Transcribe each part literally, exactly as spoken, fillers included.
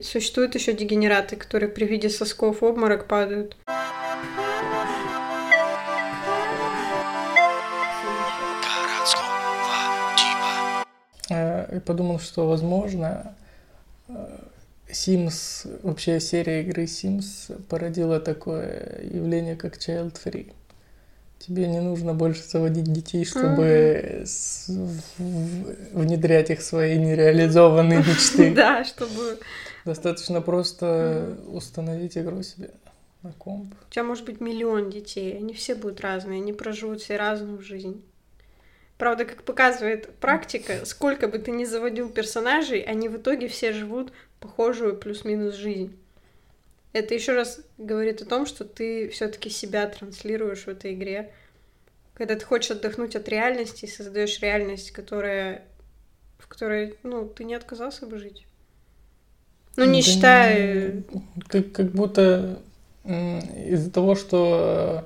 Существуют еще дегенераты, которые при виде сосков в обморок падают. И подумал, что, возможно, Sims, вообще серия игры Sims породила такое явление, как child free. Тебе не нужно больше заводить детей, чтобы mm-hmm. внедрять их в свои нереализованные мечты. Да, чтобы... Достаточно просто установить игру себе на комп. У тебя может быть миллион детей, они все будут разные, они проживут все разную жизнь. Правда, как показывает практика, сколько бы ты ни заводил персонажей, они в итоге все живут похожую плюс-минус жизнь. Это еще раз говорит о том, что ты все-таки себя транслируешь в этой игре. Когда ты хочешь отдохнуть от реальности, создаешь реальность, которая, в которой, ну, ты не отказался бы жить. Ну, не да считая... Не... Как, как будто из-за того, что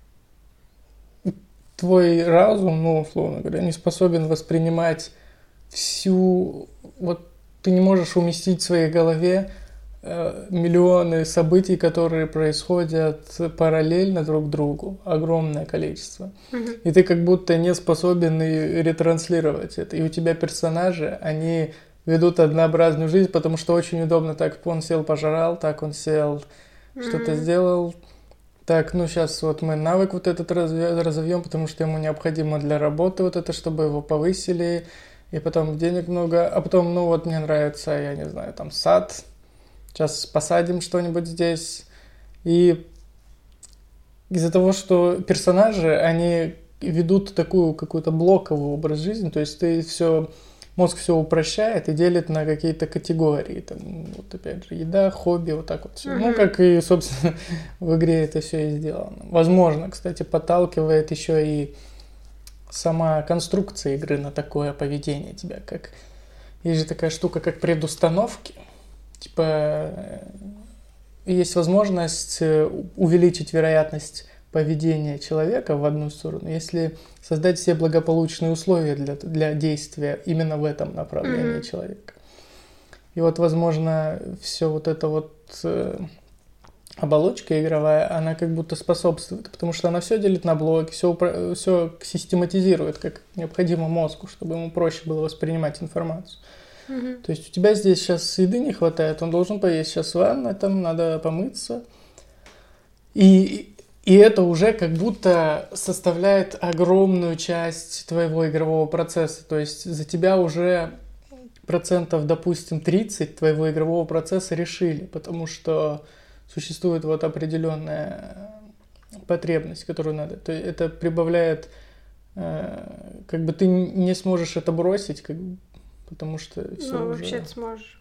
твой разум, ну, условно говоря, не способен воспринимать всю... Вот ты не можешь уместить в своей голове э, миллионы событий, которые происходят параллельно друг другу, огромное количество. Mm-hmm. И ты как будто не способен и ретранслировать это. И у тебя персонажи, они ведут однообразную жизнь, потому что очень удобно так, он сел, пожрал, так он сел, mm-hmm. что-то сделал. Так, ну сейчас вот мы навык вот этот разовьем, потому что ему необходимо для работы вот это, чтобы его повысили, и потом денег много, а потом, ну вот мне нравится, я не знаю, там сад, сейчас посадим что-нибудь здесь, и из-за того, что персонажи, они ведут такую какую-то блоковый образ жизни, то есть ты все... Мозг все упрощает и делит на какие-то категории. Там, вот опять же, еда, хобби, вот так вот все. Mm-hmm. Ну, как и, собственно, в игре это все и сделано. Возможно, кстати, подталкивает еще и сама конструкция игры на такое поведение тебя. Как... Есть же такая штука, как предустановки. Типа, есть возможность увеличить вероятность поведения человека в одну сторону, если создать все благополучные условия для, для действия именно в этом направлении mm-hmm. человека. И вот, возможно, все вот это вот э, оболочка игровая, она как будто способствует, потому что она все делит на блоки, все, все систематизирует, как необходимо мозгу, чтобы ему проще было воспринимать информацию. Mm-hmm. То есть у тебя здесь сейчас еды не хватает, он должен поесть, сейчас ванна, там надо помыться. И И это уже как будто составляет огромную часть твоего игрового процесса. То есть за тебя уже процентов, допустим, тридцать твоего игрового процесса решили, потому что существует вот определенная потребность, которую надо. То есть это прибавляет, как бы ты не сможешь это бросить, как, потому что все ну, уже... вообще ты сможешь.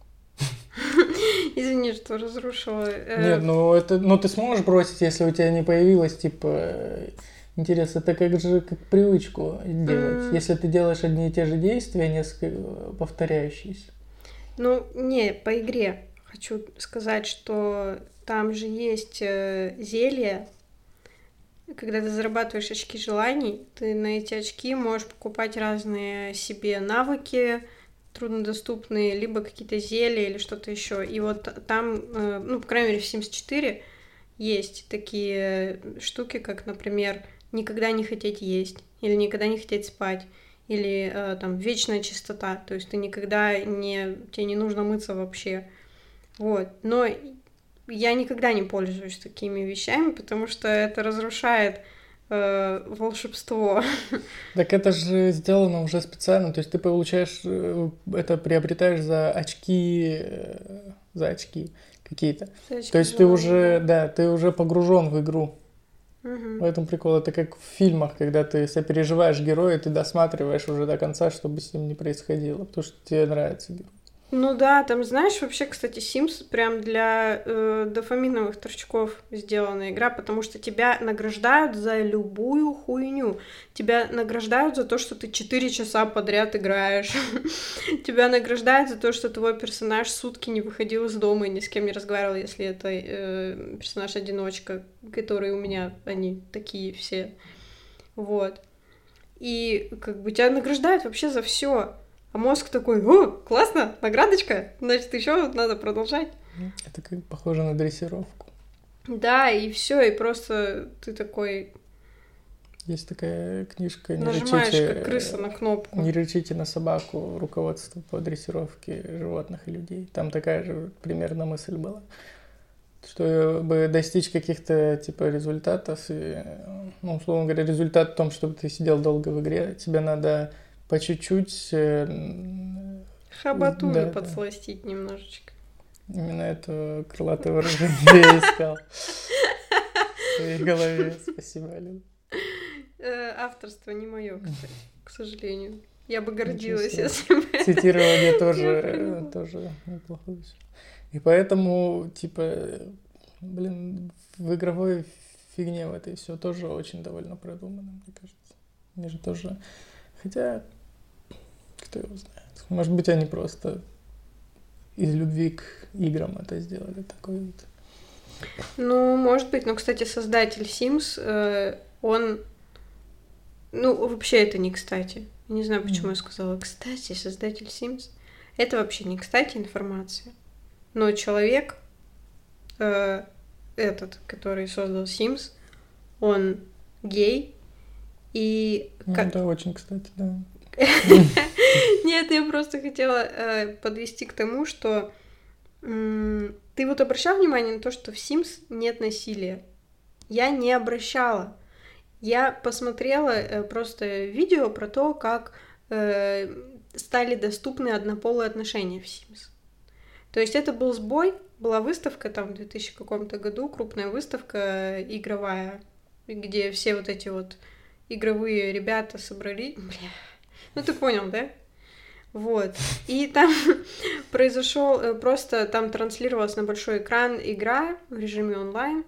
Извини, что разрушила. Нет, ну это, ну ты сможешь бросить, если у тебя не появилось, типа, интерес, это как же как привычку делать, mm. если ты делаешь одни и те же действия, несколько повторяющиеся. Ну, не, по игре хочу сказать, что там же есть зелья, когда ты зарабатываешь очки желаний, ты на эти очки можешь покупать разные себе навыки, труднодоступные, либо какие-то зелья или что-то еще. И вот там, ну, по крайней мере, в Sims четыре есть такие штуки, как, например, никогда не хотеть есть, или никогда не хотеть спать, или там вечная чистота, то есть ты никогда не... тебе не нужно мыться вообще. Вот. Но я никогда не пользуюсь такими вещами, потому что это разрушает волшебство. Так это же сделано уже специально, то есть ты получаешь, это приобретаешь за очки, за очки какие-то. Очки то есть желания. Ты уже, да, ты уже погружен в игру. Угу. В этом прикол. Это как в фильмах, когда ты сопереживаешь героя, ты досматриваешь уже до конца, чтобы с ним не происходило, потому что тебе нравится герой. Ну да, там, знаешь, вообще, кстати, Sims прям для э, дофаминовых торчков сделана игра, потому что тебя награждают за любую хуйню. Тебя награждают за то, что ты четыре часа подряд играешь. Тебя награждают за то, что твой персонаж сутки не выходил из дома и ни с кем не разговаривал, если это э, персонаж-одиночка, который у меня, они такие все. Вот. И как бы тебя награждают вообще за все. А мозг такой: о, классно, наградочка, значит, еще надо продолжать. Это как похоже на дрессировку. Да, и все, и просто ты такой... Есть такая книжка «Не Нажимаешь, рычите, как крыса, на кнопку. Не рычите на собаку. Руководство по дрессировке животных и людей». Там такая же примерно мысль была. Чтобы достичь каких-то типа результатов, и, ну, условно говоря, результат в том, чтобы ты сидел долго в игре, тебе надо по чуть-чуть... Хабатую да, подсластить да. немножечко. Именно это крылатое выражение я искал в своей голове. Спасибо, Алина. Авторство не мое, кстати, к сожалению. Я бы гордилась, если бы... Цитирование тоже, тоже неплохо. И поэтому, типа, блин, в игровой фигне в этой все тоже очень довольно продумано, мне кажется. Мне же тоже... Хотя, кто его знает. Может быть, они просто из любви к играм это сделали, такой вот. Ну, может быть. Но, кстати, создатель Sims, э, он... Ну, вообще это не кстати. Я не знаю, почему mm. я сказала «кстати», создатель Sims. Это вообще не кстати информация. Но человек, э, этот, который создал Sims, он гей, и... Ну, да, очень кстати, да. Нет, я просто хотела э, подвести к тому, что м- ты вот обращал внимание на то, что в Sims нет насилия? Я не обращала. Я посмотрела э, просто видео про то, как э, стали доступны однополые отношения в Sims. То есть это был сбой, была выставка там в две тысячи каком-то году, крупная выставка игровая, где все вот эти вот игровые ребята собрались. Бля. Ну ты понял, да? Вот. И там произошел просто, там транслировалась на большой экран игра в режиме онлайн,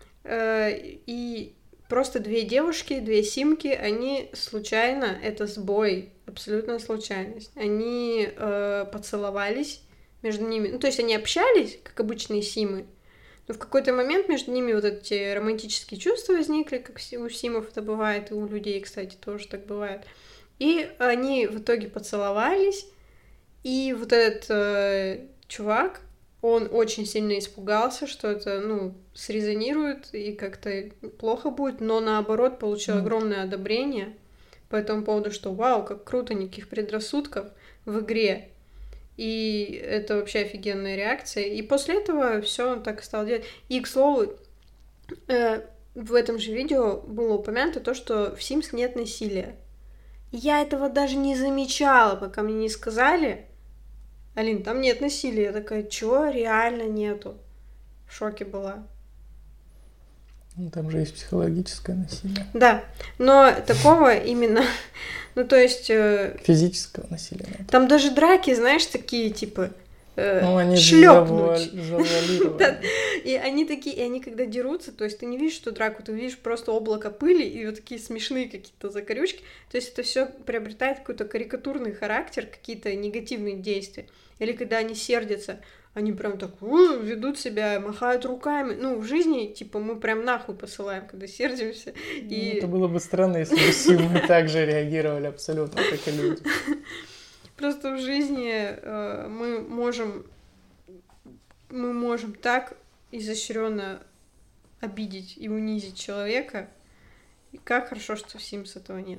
и просто две девушки, две симки, они случайно, это сбой, абсолютная случайность, они э, поцеловались между ними, ну то есть они общались, как обычные симы, но в какой-то момент между ними вот эти романтические чувства возникли, как у симов это бывает, и у людей, кстати, тоже так бывает. И они в итоге поцеловались, и вот этот э, чувак, он очень сильно испугался, что это, ну, срезонирует и как-то плохо будет, но наоборот получил огромное одобрение по этому поводу, что вау, как круто, никаких предрассудков в игре. И это вообще офигенная реакция. И после этого все он так и стал делать. И, к слову, э, в этом же видео было упомянуто то, что в Sims нет насилия. Я этого даже не замечала, пока мне не сказали: Алин, там нет насилия. Я такая: чё? Реально нету. В шоке была. Ну, там же есть психологическое насилие. Да, но такого именно... Ну, то есть... Физического насилия нет. Там даже драки, знаешь, такие, типа... Ну, они шлепнуть. завуалированы. И они такие, и они когда дерутся, то есть ты не видишь, что драку, ты видишь просто облако пыли и вот такие смешные какие-то закорючки. То есть это все приобретает какой-то карикатурный характер, какие-то негативные действия. Или когда они сердятся, они прям так ведут себя, махают руками. Ну, в жизни, типа, мы прям нахуй посылаем, когда сердимся. И... Ну, это было бы странно, если бы симы так же реагировали абсолютно, как и люди. Просто в жизни э, мы можем мы можем так изощренно обидеть и унизить человека. И как хорошо, что в Sims этого нет.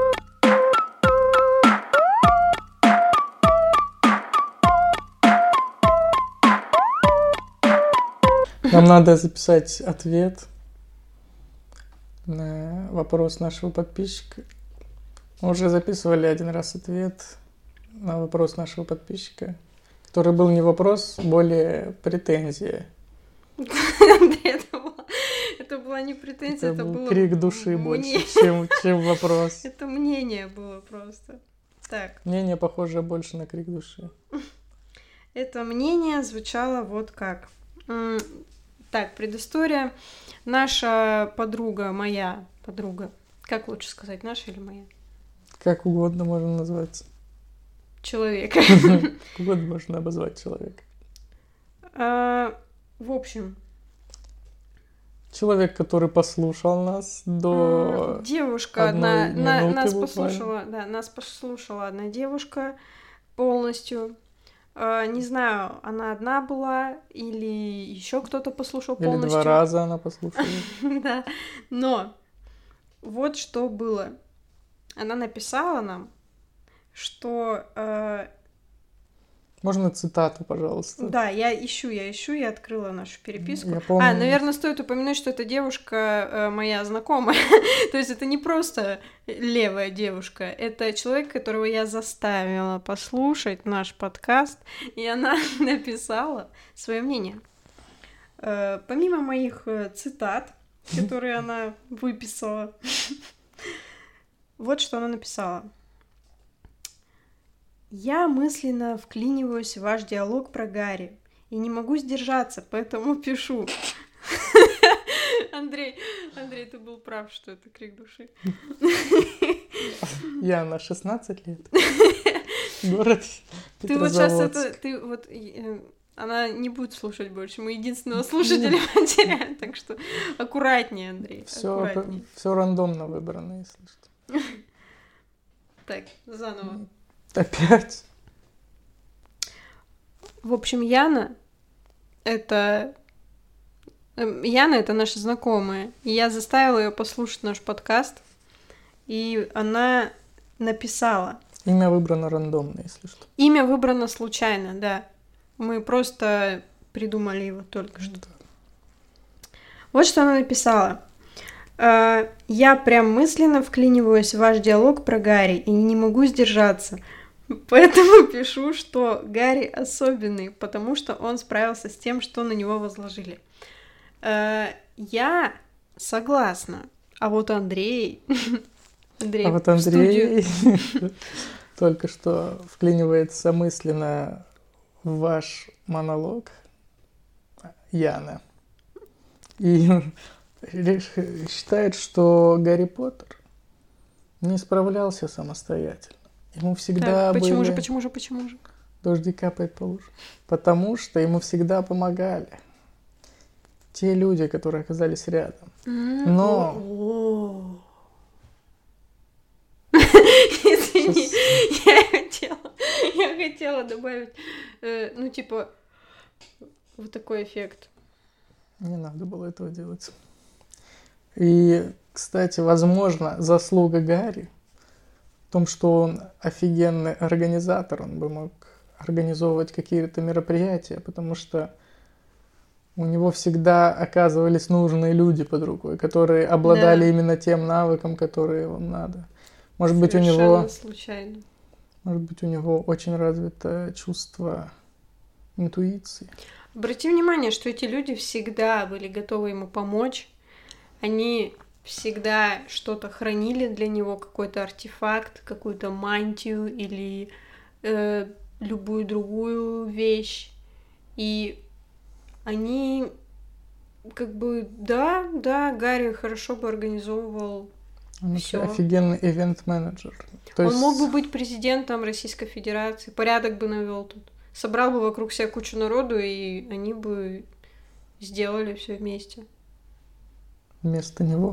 Нам надо записать ответ на вопрос нашего подписчика. Мы уже записывали один раз ответ на вопрос нашего подписчика, который был не вопрос, более претензия. Это была не претензия, это был крик души больше, чем вопрос. Это мнение было просто. Так. Мнение похоже больше на крик души. Это мнение звучало вот как. Так, предыстория. Наша подруга, моя подруга, как лучше сказать, наша или моя? Как угодно можно назвать. Человека. Как угодно можно обозвать человека. А, в общем. Человек, который послушал нас до... Девушка одна, на, нас послушала, да, нас послушала одна девушка, полностью. Э, не знаю, она одна была или еще кто-то послушал полностью. Или два раза она послушала. Да, но вот что было. Она написала нам, что... э, Можно цитату, пожалуйста? Да, я ищу, я ищу, я открыла нашу переписку. Я помню... А, наверное, стоит упомянуть, что эта девушка э, моя знакомая. То есть это не просто левая девушка, это человек, которого я заставила послушать наш подкаст, и она написала свое мнение. Э, помимо моих э, цитат, которые она выписала, вот что она написала. Я мысленно вклиниваюсь в ваш диалог про Гарри и не могу сдержаться, поэтому пишу. Андрей, Андрей, ты был прав, что это крик души. Я на шестнадцать лет. Город Ты вот сейчас это, ты вот, она не будет слушать больше, мы единственного слушателя потеряем, так что аккуратнее, Андрей, аккуратнее. Все рандомно выбрано, если что. Так, заново. Опять? В общем, Яна — это... Яна — это наша знакомая. И я заставила ее послушать наш подкаст, и она написала. Имя выбрано рандомно, если что. Имя выбрано случайно, да. Мы просто придумали его только что. Вот что она написала. Я прям мысленно вклиниваюсь в ваш диалог про Гарри и не могу сдержаться. Поэтому пишу, что Гарри особенный, потому что он справился с тем, что на него возложили. Я согласна. А вот Андрей... Андрей а вот Андрей только что вклинивается мысленно в ваш монолог Яна. И считает, что Гарри Поттер не справлялся самостоятельно. Ему всегда так, почему были... же, почему же, почему же? Дожди капает по лужам. Потому что ему всегда помогали те люди, которые оказались рядом. Но... Извини, я хотела, я хотела добавить, э, ну, типа, вот такой эффект. Не надо было этого делать. И, кстати, возможно, заслуга Гарри в том, что он офигенный организатор, он бы мог организовывать какие-то мероприятия, потому что у него всегда оказывались нужные люди под рукой, которые обладали да. именно тем навыком, который вам надо. Может быть, у него... случайно. Может быть, у него очень развито чувство интуиции. Обрати внимание, что эти люди всегда были готовы ему помочь. Они всегда что-то хранили для него, какой-то артефакт, какую-то мантию или э, любую другую вещь. И они как бы, да, да, Гарри хорошо бы организовывал Он всё. Офигенный ивент-менеджер. Он есть... мог бы быть президентом Российской Федерации, порядок бы навел тут. Собрал бы вокруг себя кучу народу, и они бы сделали все вместе. Вместо него.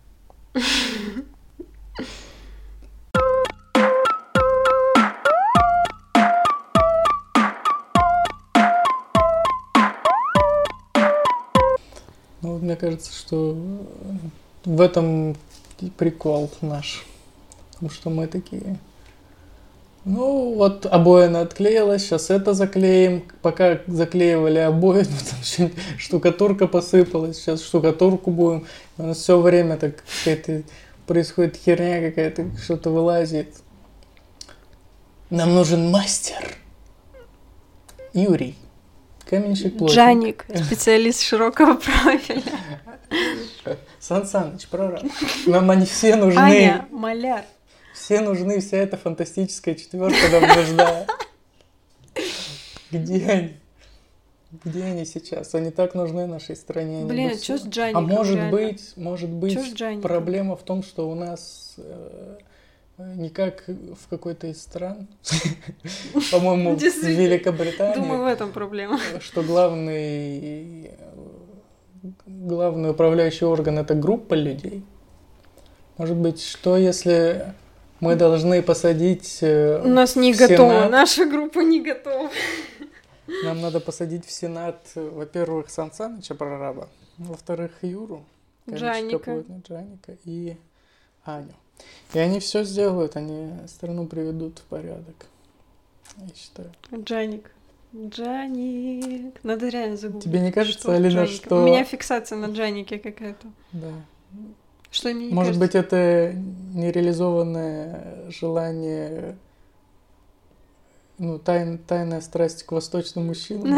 Ну, мне кажется, что в этом прикол наш. Потому что мы такие... Ну, вот обоина отклеилась, сейчас это заклеим. Пока заклеивали обои, ну, там еще штукатурка посыпалась, сейчас штукатурку будем. У нас все время так какая-то происходит херня какая-то, что-то вылазит. Нам нужен мастер. Юрий. Каменщик-плотник. Джаник, специалист широкого профиля. Сан Саныч, прораб. Нам они все нужны. Аня, маляр. Все нужны, вся эта фантастическая четверка нам нужна. Где они? Где они сейчас? Они так нужны нашей стране. Блин, что с Джаником? А может реально? быть, может быть, проблема в том, что у нас э, не как в какой-то из стран, по-моему, в Великобритании. Думаю, в этом проблема. Что главный, главный управляющий орган — это группа людей. Может быть, что если Мы должны посадить э, У нас не в готово, Сенат. наша группа не готова. Нам надо посадить в Сенат, э, во-первых, Сан Саныча прораба, во-вторых, Юру, Джаника. Капотня, Джаника и Аню. И они все сделают, они страну приведут в порядок, я считаю. Джаник. Джаник. Надо реально загуглить. Тебе не кажется, что Алина, Джаник. что... У меня фиксация на Джанике какая-то. Да. Что мне не Может кажется? быть, это нереализованное желание, ну, тайн, тайная страсть к восточным мужчинам.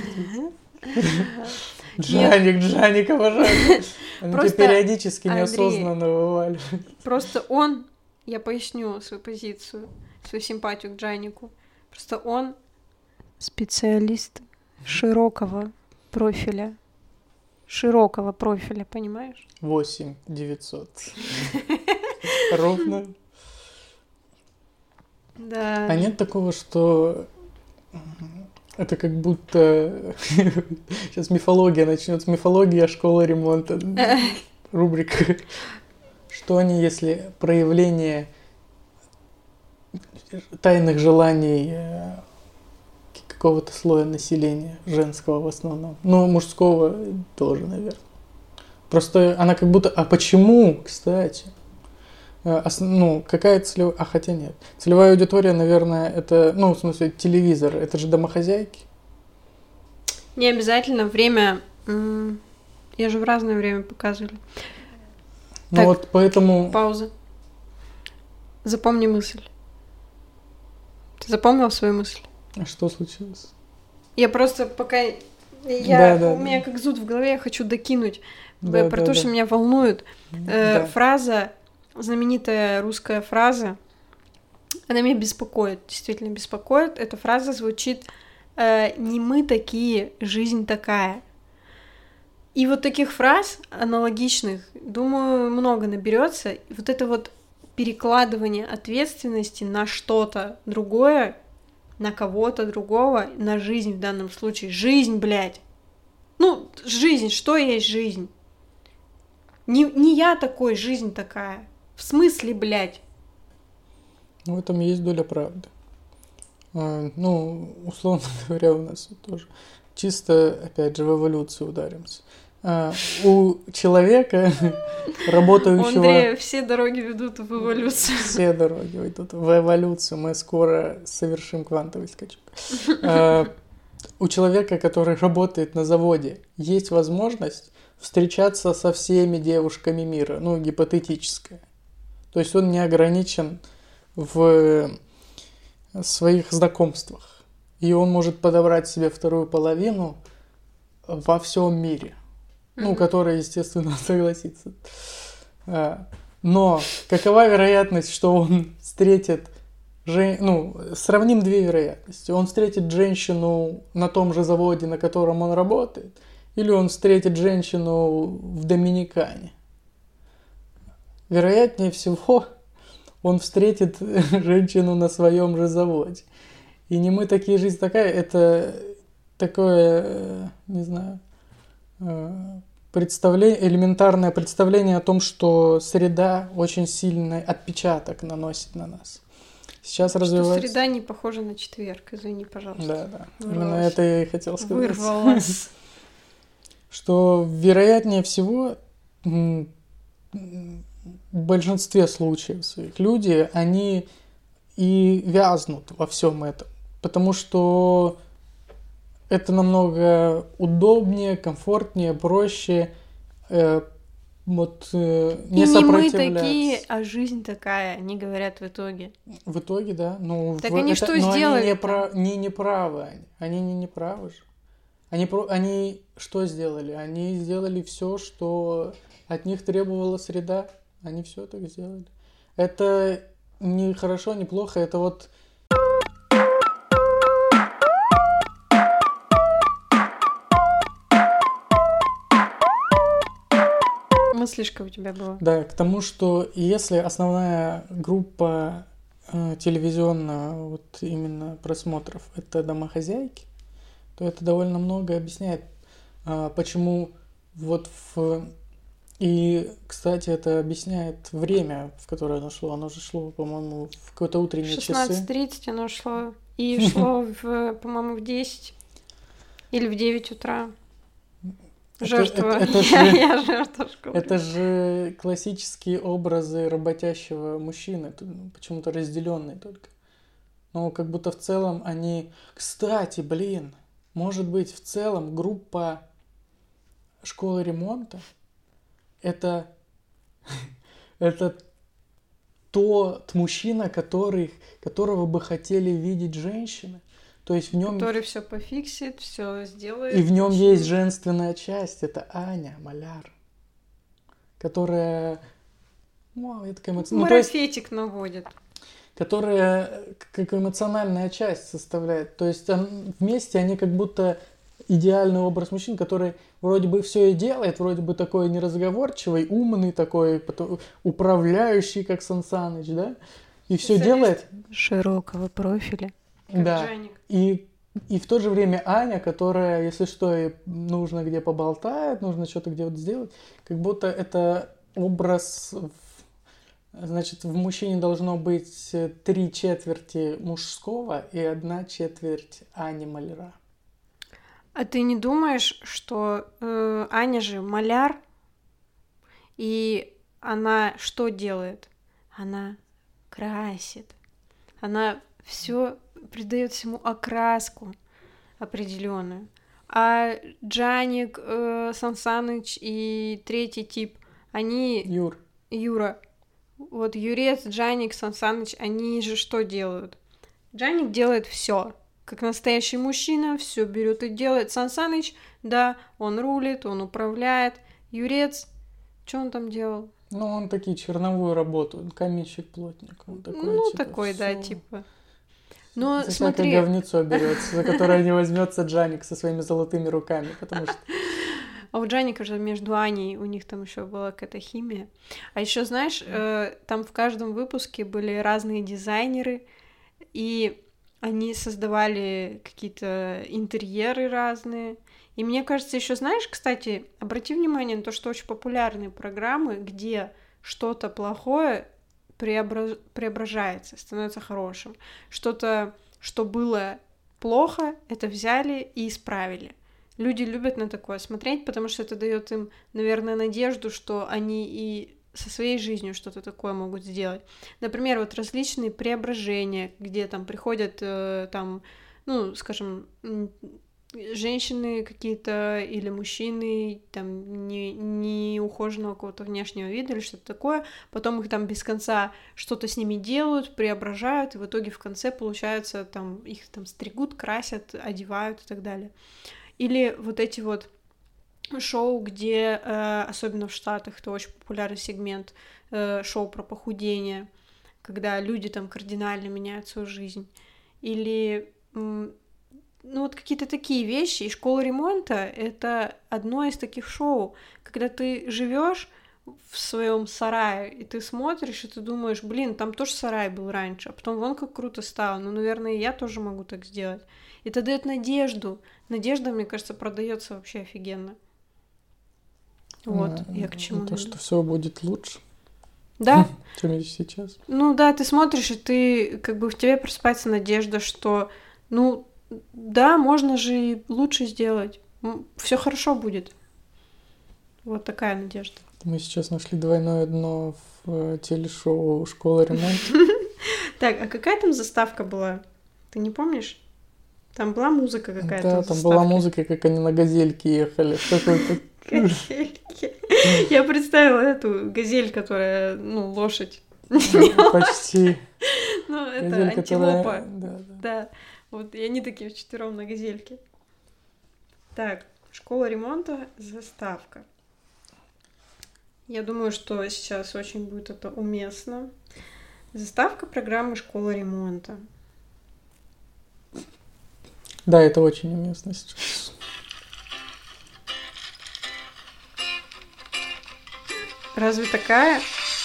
Джаник, Джаник, обожаю. Они тебе Просто, периодически Андрей, неосознанно вываливают. Просто он, я поясню свою позицию, свою симпатию к Джанику. Просто он специалист широкого профиля. Широкого профиля, понимаешь? восемь девятьсот. Ровно. Да. А нет такого, что это как будто... Сейчас мифология начнется. Мифология школа ремонта. Рубрика. Что они, если проявление тайных желаний э, какого-то слоя населения, женского в основном, ну, мужского тоже, наверное. Просто она как будто... А почему, кстати? Э, ос- ну, какая целевая... А хотя нет. Целевая аудитория, наверное, это... Ну, в смысле, телевизор. Это же домохозяйки. Не обязательно время... м, Я же в разное время показывали. Ну Так. вот поэтому... Пауза. Запомни мысль. Ты запомнил свою мысль? А что случилось? Я просто пока... Я... Да, да, У меня да. как зуд в голове, я хочу докинуть Да, про да, то, да. что меня волнует. Э, Да. Фраза, знаменитая русская фраза, она меня беспокоит, действительно беспокоит. Эта фраза звучит э, «не мы такие, жизнь такая». И вот таких фраз аналогичных, думаю, много наберется. И вот это вот перекладывание ответственности на что-то другое, на кого-то другого, на жизнь в данном случае. Жизнь, блядь. Ну, жизнь, что есть жизнь? Не, не я такой, жизнь такая. В смысле, блядь? В этом есть доля правды. А, Ну, условно говоря, у нас вот тоже чисто, опять же, в эволюцию ударимся. А, У человека, У работающего... Андрея все дороги ведут в эволюцию. Все дороги ведут в эволюцию. Мы скоро совершим квантовый скачок. А, У человека, который работает на заводе, есть возможность встречаться со всеми девушками мира, ну, гипотетическое. То есть он не ограничен в своих знакомствах. И он может подобрать себе вторую половину во всем мире. Ну, Мгм. которая, естественно, согласится. А, Но какова вероятность, что он встретит... жен- Ну, сравним две вероятности. Он встретит женщину на том же заводе, на котором он работает, или он встретит женщину в Доминикане. Вероятнее всего, он встретит женщину на своем же заводе. И не мы такие, жизнь такая, это такое, э, не знаю, э, представление, элементарное представление о том, что среда очень сильный отпечаток наносит на нас. Сейчас Что развивается... среда не похожа на четверг, извини, пожалуйста. Да, да. Именно Вырвалась. это я и хотел сказать. Вырвалась. Что вероятнее всего м, м, в большинстве случаев своих люди, они и вязнут во всем этом. Потому что это намного удобнее, комфортнее, проще э, вот, э, не И не мы сопротивляться. такие, а жизнь такая, они говорят в итоге. В итоге, да. Ну, Так в- они это- что но сделали-то? Они не, прав- не неправы. Они, они не неправы же. Они, про- они что сделали? Они сделали все, что от них требовала среда. Они все так сделали. Это не хорошо, не плохо. Это вот... Мыслишка у тебя была. Да, к тому, что если основная группа э, телевизионная, вот именно просмотров, это домохозяйки, то это довольно много объясняет, а, почему вот в И, кстати, это объясняет время, в которое оно шло. Оно же шло, по-моему, в какое-то утренние часы. шестнадцать тридцать оно шло. И шло, в, по-моему, в десять или в девять утра. Жертва. Это, это, это я, же, я жертва школы. Это же классические образы работящего мужчины, почему-то разделенные только. Но как будто в целом они... Кстати, блин, может быть, в целом группа школы ремонта это, это тот мужчина, который, которого бы хотели видеть женщины. То есть в нем... Который все пофиксит, все сделает. И в нем есть женственная часть. Это Аня, маляр, которая... Ну, это эмоциональная... Марафетик ну, наводит. Которая как эмоциональная часть составляет. То есть он, вместе они как будто идеальный образ мужчин, который вроде бы все и делает, вроде бы такой неразговорчивый, умный такой, управляющий, как Сан Саныч, да? И все делает... Широкого профиля. Как да, Джаник. И, и в то же время Аня, которая, если что, и нужно где поболтает, нужно что-то где вот сделать, как будто это образ, значит, в мужчине должно быть три четверти мужского и одна четверть Ани маляра. А ты не думаешь, что э, Аня же маляр, и она что делает? Она красит, она все придает всему окраску определенную. А Джаник, э, Сан Саныч и третий тип, они... Юр. Юра. Вот Юрец, Джаник, Сан Саныч, они же что делают? Джаник делает все, как настоящий мужчина, все берет и делает. Сан Саныч, да, он рулит, он управляет. Юрец, что он там делал? Ну, он такие черновую работу, каменщик-плотник. Он такой, ну, типа, такой, всё. да, типа. Но за смотри... всякое говнецо берется, за которое не возьмется Джаник со своими золотыми руками, потому что... А у Джаника же между Аней, у них там еще была какая-то химия. А еще знаешь, э, там в каждом выпуске были разные дизайнеры, и они создавали какие-то интерьеры разные. И мне кажется, еще знаешь, кстати, обрати внимание на то, что очень популярные программы, где что-то плохое преобраз... преображается, становится хорошим. Что-то, что было плохо, это взяли и исправили. Люди любят на такое смотреть, потому что это дает им, наверное, надежду, что они и со своей жизнью что-то такое могут сделать. Например, вот различные преображения, где там приходят, э, там, ну, скажем, женщины какие-то или мужчины там не, не ухоженного какого-то внешнего вида или что-то такое, потом их там без конца что-то с ними делают, преображают, и в итоге в конце получается там их там стригут, красят, одевают и так далее. Или вот эти вот шоу, где, э, особенно в Штатах, это очень популярный сегмент, э, шоу про похудение, когда люди там кардинально меняют свою жизнь. Или, м, ну вот какие-то такие вещи. И школа ремонта — это одно из таких шоу, когда ты живешь в своем сарае, и ты смотришь, и ты думаешь, блин, там тоже сарай был раньше, а потом вон как круто стало, ну, наверное, я тоже могу так сделать. И это дает надежду. Надежда, мне кажется, продается вообще офигенно. Вот, а, я к чему. То, что все будет лучше. Да. Чем сейчас. Ну да, ты смотришь, и ты, как бы в тебе просыпается надежда, что, ну, да, можно же и лучше сделать. Все хорошо будет. Вот такая надежда. Мы сейчас нашли двойное дно в телешоу «Школа ремонта». Так, а какая там заставка была? Ты не помнишь? Там была музыка какая-то. Да, там была музыка, как они на газельке ехали. Газельки. Я представила эту газель, которая, ну, лошадь. Почти. Ну, это антилопа. Да. Вот, и они такие вчетвером на газельке. Так, школа ремонта, заставка. Я думаю, что сейчас очень будет это уместно. Заставка программы «Школа ремонта». Да, это очень уместно сейчас. Разве такая?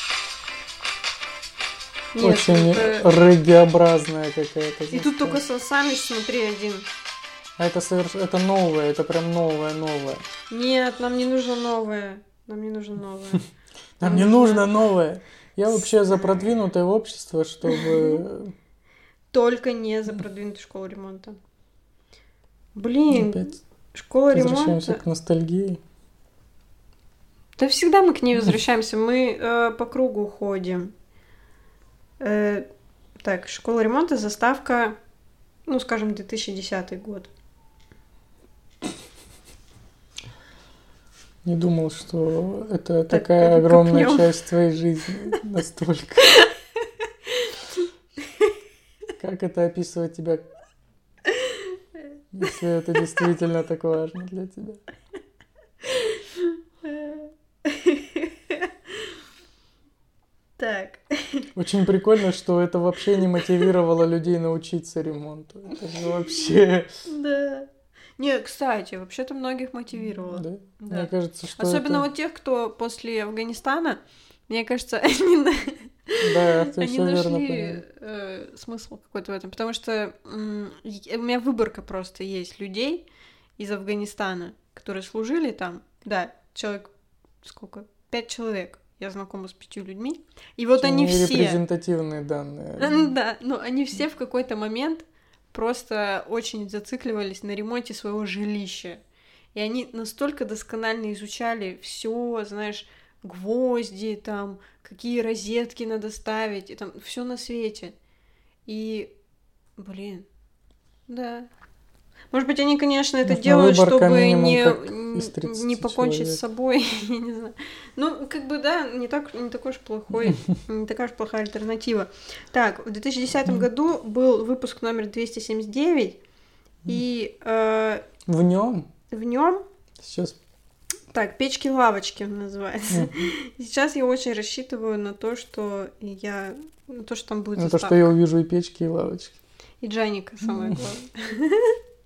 Нет, очень это... реггаеобразная какая-то. И тут только Сан Саныч, смотри, один. А это соверш... это новое, это прям новое, новое. Нет, нам не нужно новое. Нам не нужно новое. Нам не нужно новое. Я вообще за продвинутое общество, чтобы... Только не за продвинутую школу ремонта. Блин, Опять школа возвращаемся ремонта... к ностальгии. Да всегда мы к ней возвращаемся. Мы э, по кругу ходим. Э, так, школа ремонта, заставка, ну, скажем, две тысячи десятый год. Не думал, что это Так, такая огромная копнём. часть твоей жизни. Настолько. Как это описывать тебя, если это действительно так важно для тебя? Так. Очень прикольно, что это вообще не мотивировало людей научиться ремонту. Это же вообще... Да. Не, кстати, вообще-то многих мотивировало. Да? Да. Мне кажется, что Особенно это... вот тех, кто после Афганистана, мне кажется, они, на- Да, ты они все верно понял. нашли э, смысл какой-то в этом. Потому что м, и- у меня выборка просто есть людей из Афганистана, которые служили там. Да, человек сколько? Пять человек. Я знакома с пятью людьми. И вот они все... Репрезентативные данные. Да, но они все в какой-то момент просто очень зацикливались на ремонте своего жилища. И они настолько досконально изучали все, знаешь, гвозди, там, какие розетки надо ставить, и там все на свете. И, блин, да. Может быть, они, конечно, это Нужна делают, выборка чтобы минимум не, как н- из тридцати не покончить человек. с собой, я не знаю. Ну, как бы, да, не, так, не такой уж плохой, не такая уж плохая альтернатива. Так, в две тысячи десятом году был выпуск номер двести семьдесят девять, и э, В нем в нем, сейчас... так, «Печки-лавочки» он называется. И сейчас я очень рассчитываю на то, что я, на то, что там будет Ну, то, заставка. что я увижу и печки, и лавочки. И Джаника, самое главное.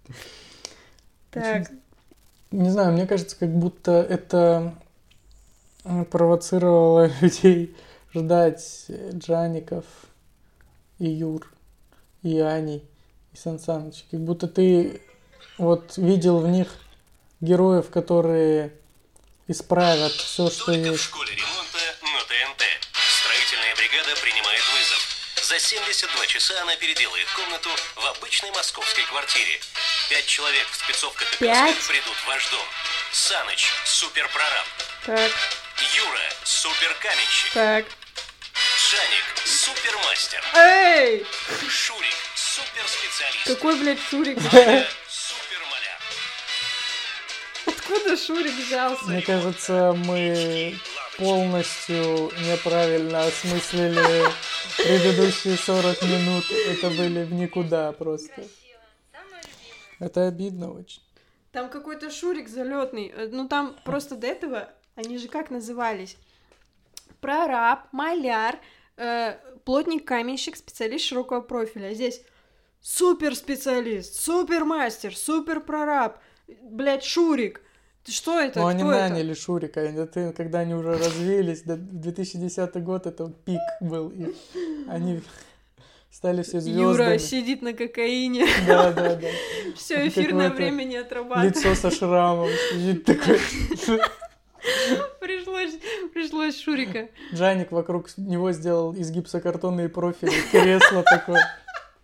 Так, Не знаю, мне кажется, как будто это э, провоцировало людей ждать Джаников и Юр, и Ани, и Сан Саныч. Как будто ты вот видел в них героев, которые исправят все, что Только в есть. школе ремонта на ТНТ. Строительная бригада принимает вызов. За семьдесят два часа она переделает комнату в обычной московской квартире. Пять человек в спецовках и Пять? касках придут в ваш дом. Саныч – суперпрораб. так, Юра – суперкаменщик. так. Джаник – супермастер. Эй! Шурик – суперспециалист. Какой, блядь, Шурик? Аня – супермаляр. Откуда Шурик взялся? Мне кажется, мы полностью неправильно осмыслили предыдущие сорок минут. Это были в никуда просто. Это обидно очень. Там какой-то Шурик залетный. Ну там просто до этого они же как назывались? Прораб, маляр, э, плотник, каменщик, специалист широкого профиля. А здесь суперспециалист, супермастер, суперпрораб, блядь, Шурик. Ты что это? Ну, они Кто это? наняли Шурика, это, когда они уже развились, да, две тысячи десятый год, это пик был, и они стали все звездами. Юра сидит на кокаине. Да, да, да. Все Как эфирное в это время не отрабатывает. Лицо со шрамом сидит такой. Пришлось, пришлось Шурика. Джаник вокруг него сделал из гипсокартонные профили, кресло такое.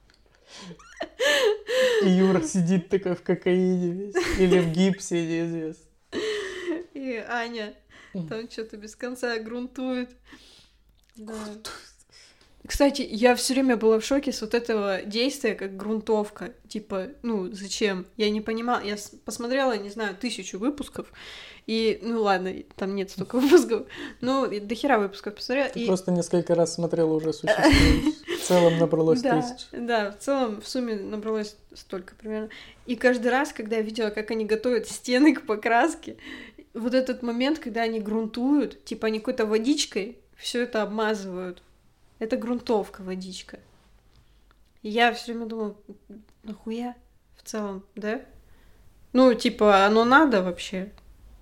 И Юра сидит такой в кокаине весь. Или в гипсе, неизвестно. И Аня там что-то без конца грунтует. Да. Кстати, я все время была в шоке с вот этого действия, как грунтовка. Типа, ну, зачем? Я не понимала. Я с- посмотрела, не знаю, тысячу выпусков. И, ну ладно, там нет столько выпусков. Ну, и до хера выпусков посмотрела. Ты И... просто несколько раз смотрела уже существующие. В целом набралось Да, тысяч. да, в целом в сумме набралось столько примерно. И каждый раз, когда я видела, как они готовят стены к покраске, вот этот момент, когда они грунтуют, типа они какой-то водичкой все это обмазывают. Это грунтовка, водичка. И я все время думала, нахуя в целом, да? Ну, типа, оно надо вообще.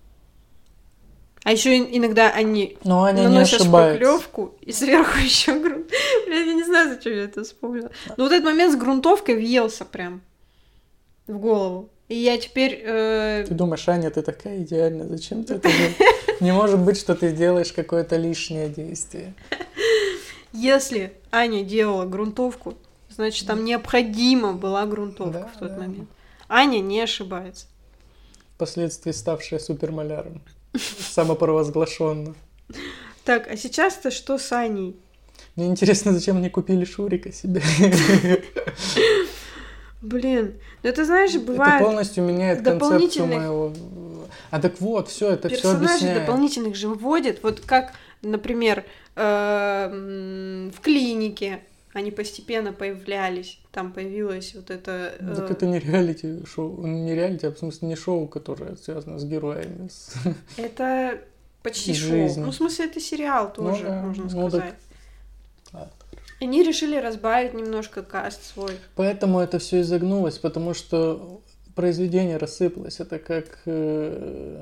А еще иногда они Но Аня не наносят ошибается. шпаклевку и сверху еще грунт. Блин, я не знаю, зачем я это вспомнила. Но вот этот момент с грунтовкой въелся прям в голову. И я теперь... Э... Ты думаешь, Аня, ты такая идеальная, зачем ты это делаешь? Не может быть, что ты сделаешь какое-то лишнее действие. Если Аня делала грунтовку, значит, там необходима была грунтовка Да, в тот да. момент. Аня не ошибается. Впоследствии ставшая супермаляром. Самопровозглашенно. Так, а сейчас-то что с Аней? Мне интересно, зачем они купили Шурика себе. Блин, ну это, знаешь, бывает... Это полностью меняет концепцию моего... А так вот, все это все объясняет. Персонажей дополнительных же вводят, вот как, например, в клинике они постепенно появлялись, там появилась вот это... Так это не реалити-шоу, не реалити, а в смысле не шоу, которое связано с героями. С... Это почти шоу. Жизнь. Ну, в смысле, это сериал тоже, ну, да. можно ну, сказать. Так... А, Они решили разбавить немножко каст свой. Поэтому это все изогнулось, потому что произведение рассыпалось. Это как... Э...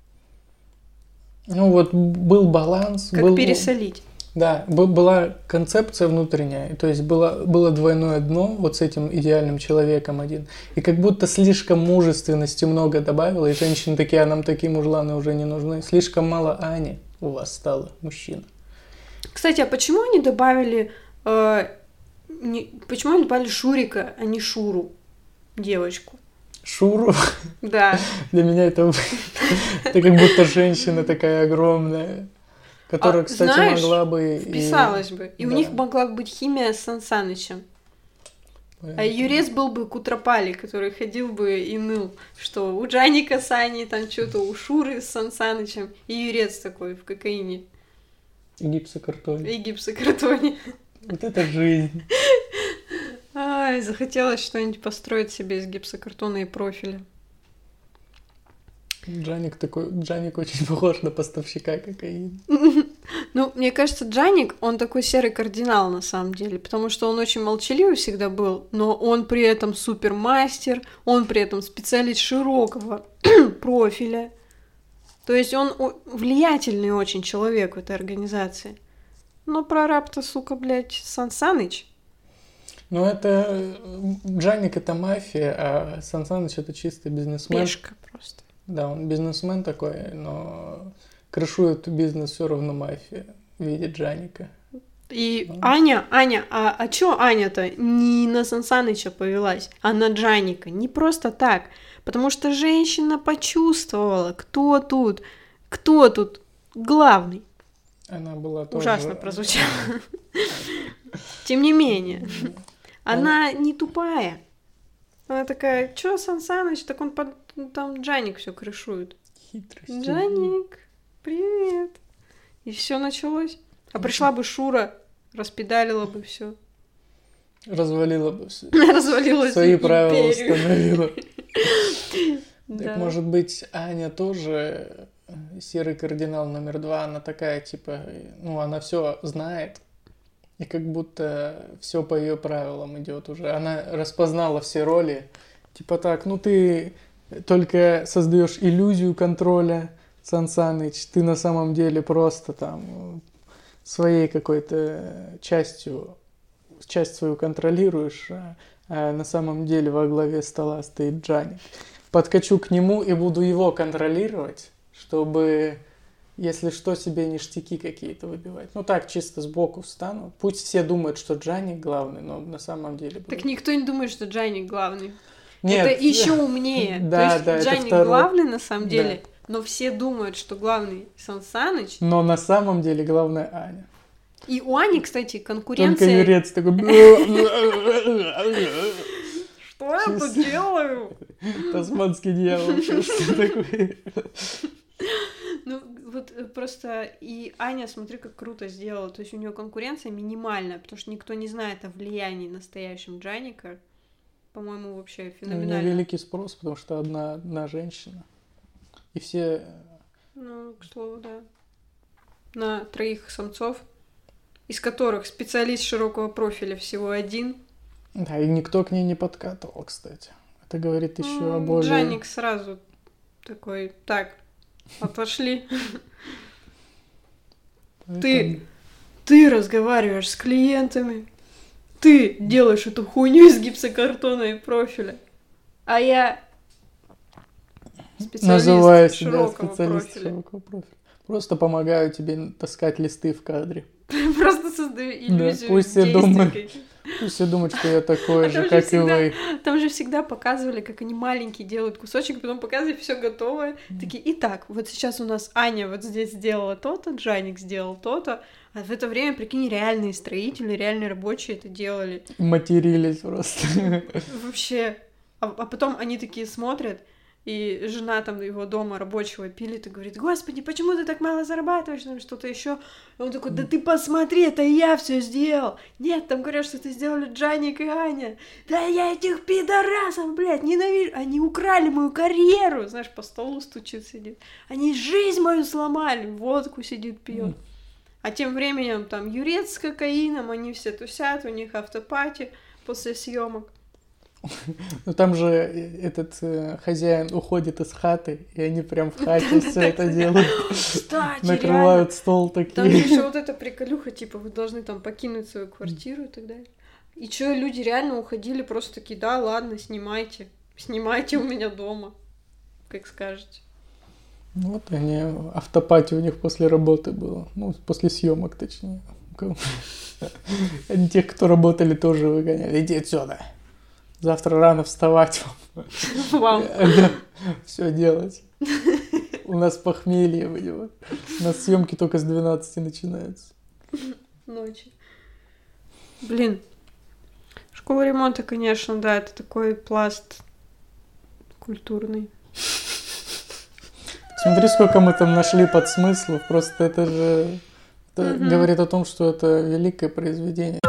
Ну вот был баланс. Как был... пересолить. Да, была концепция внутренняя, то есть было, было двойное дно вот с этим идеальным человеком один, и как будто слишком мужественности много добавило, и женщины такие, а нам такие мужланы уже не нужны, слишком мало Ани у вас стало, мужчин. Кстати, а почему они добавили, э, не, почему они добавили Шурика, а не Шуру, девочку? Шуру? Да. Для меня это, это как будто женщина такая огромная. Которая, а, кстати, знаешь, могла бы... вписалась и... бы. И да. у них могла быть химия с Сан Санычем. А Юрец был бы Кутропали, который ходил бы и ныл, что у Джаника с Аней там что-то, у Шуры с Сан Санычем. И Юрец такой в кокаине. И гипсокартоне. И гипсокартоне. Вот это жизнь. Ай, захотелось что-нибудь построить себе из гипсокартона и профиля. Джаник такой, Джаник очень похож на поставщика кокаина. Ну, мне кажется, Джаник, он такой серый кардинал на самом деле, потому что он очень молчаливый всегда был, но он при этом супермастер, он при этом специалист широкого профиля. То есть он влиятельный очень человек в этой организации. Но прораб-то, сука, блядь, Сан Саныч. Ну, это... Джаник — это мафия, а Сан Саныч — это чистый бизнесмен. Пешка просто. Да, он бизнесмен такой, но крышует бизнес все равно мафия в виде Джаника. И ну. Аня, Аня, а, а чё Аня-то не на Сан Саныча повелась, а на Джаника? Не просто так, потому что женщина почувствовала, кто тут, кто тут главный. Она была тоже... Ужасно прозвучало. Тем не менее, она не тупая. Она такая, чё, Сан Саныч, так он под... там Джаник все крышует. Хитрость. Джаник, привет. И все началось. А пришла бы Шура, распедалила бы все. Развалила бы все. Развалила свои империю. правила установила. Да. Так, может быть, Аня тоже серый кардинал номер два, она такая, типа, ну, она все знает, и как будто все по ее правилам идет уже. Она распознала все роли. Типа так, ну ты только создаешь иллюзию контроля, Сан Саныч, ты на самом деле просто там своей какой-то частью, часть свою контролируешь, а, а на самом деле во главе стола стоит Джаник. Подкачу к нему и буду его контролировать, чтобы, если что, себе ништяки какие-то выбивать. Ну так, чисто сбоку встану. Пусть все думают, что Джаник главный, но на самом деле... Так никто не думает, что Джаник главный. Нет. Это еще умнее. Да, То есть да, Джаник это главный на самом деле, да. но все думают, что главный Сан Саныч. Но на самом деле главная Аня. И у Ани, кстати, конкуренция... Только Юрец такой... Что я тут делаю? Тасманский дьявол, что такое? Ну, вот просто и Аня, смотри, как круто сделала. То есть у нее конкуренция минимальная, потому что никто не знает о влиянии настоящем Джаника. По-моему, вообще феноменально. У нее великий спрос, потому что одна, одна женщина. И все... Ну, к слову, да. На троих самцов, из которых специалист широкого профиля всего один. Да, и никто к ней не подкатывал, кстати. Это говорит еще ну, о более... Джаник сразу такой, так, отошли. Ты, ты разговариваешь с клиентами, ты делаешь эту хуйню из гипсокартона и профиля, а я Специалист Называю себя широкого специалист профиля. широкого профиля. Просто помогаю тебе таскать листы в кадре. Просто создаю иллюзию Да, пусть все действий думают. каких-то. Пусть все думают, что я такой А же, там же как и всегда- вы. Там же всегда показывали, как они маленькие делают кусочек, потом показывали все готовое. Такие, итак, вот сейчас у нас Аня вот здесь сделала то-то, Джаник сделал то-то, а в это время, прикинь, реальные строители, реальные рабочие это делали. Матерились просто. Вообще. А, а потом они такие смотрят, и жена там его дома рабочего пилит и говорит: Господи, почему ты так мало зарабатываешь, там что-то еще? И он такой: да ты посмотри, это я все сделал. Нет, там говорят, что это сделали Джаник и Аня. Да я этих пидорасов, блядь, ненавижу. Они украли мою карьеру. Знаешь, по столу стучит, сидит. Они жизнь мою сломали. Водку сидит, пьет. А тем временем там Юрец с кокаином, они все тусят, у них автопати после съемок. Ну там же этот э, хозяин уходит из хаты, и они прям в хате все это делают. Кстати, Накрывают стол там же такие. еще вот эта приколюха, типа, вы должны там покинуть свою квартиру и так далее. И что, люди реально уходили просто такие: да, ладно, снимайте. Снимайте у меня дома, как скажете. Ну вот они, автопати у них после работы было. Ну, после съемок, точнее. Они тех, кто работали, тоже выгоняли. Иди отсюда. Завтра рано вставать Вам. Все делать. У нас похмелье, понимаешь? У нас съемки только с двенадцати начинаются. Ночи. Блин. Школа ремонта, конечно, да, это такой пласт культурный. Смотри, сколько мы там нашли подсмыслов. Просто это же это Мгм. говорит о том, что это великое произведение.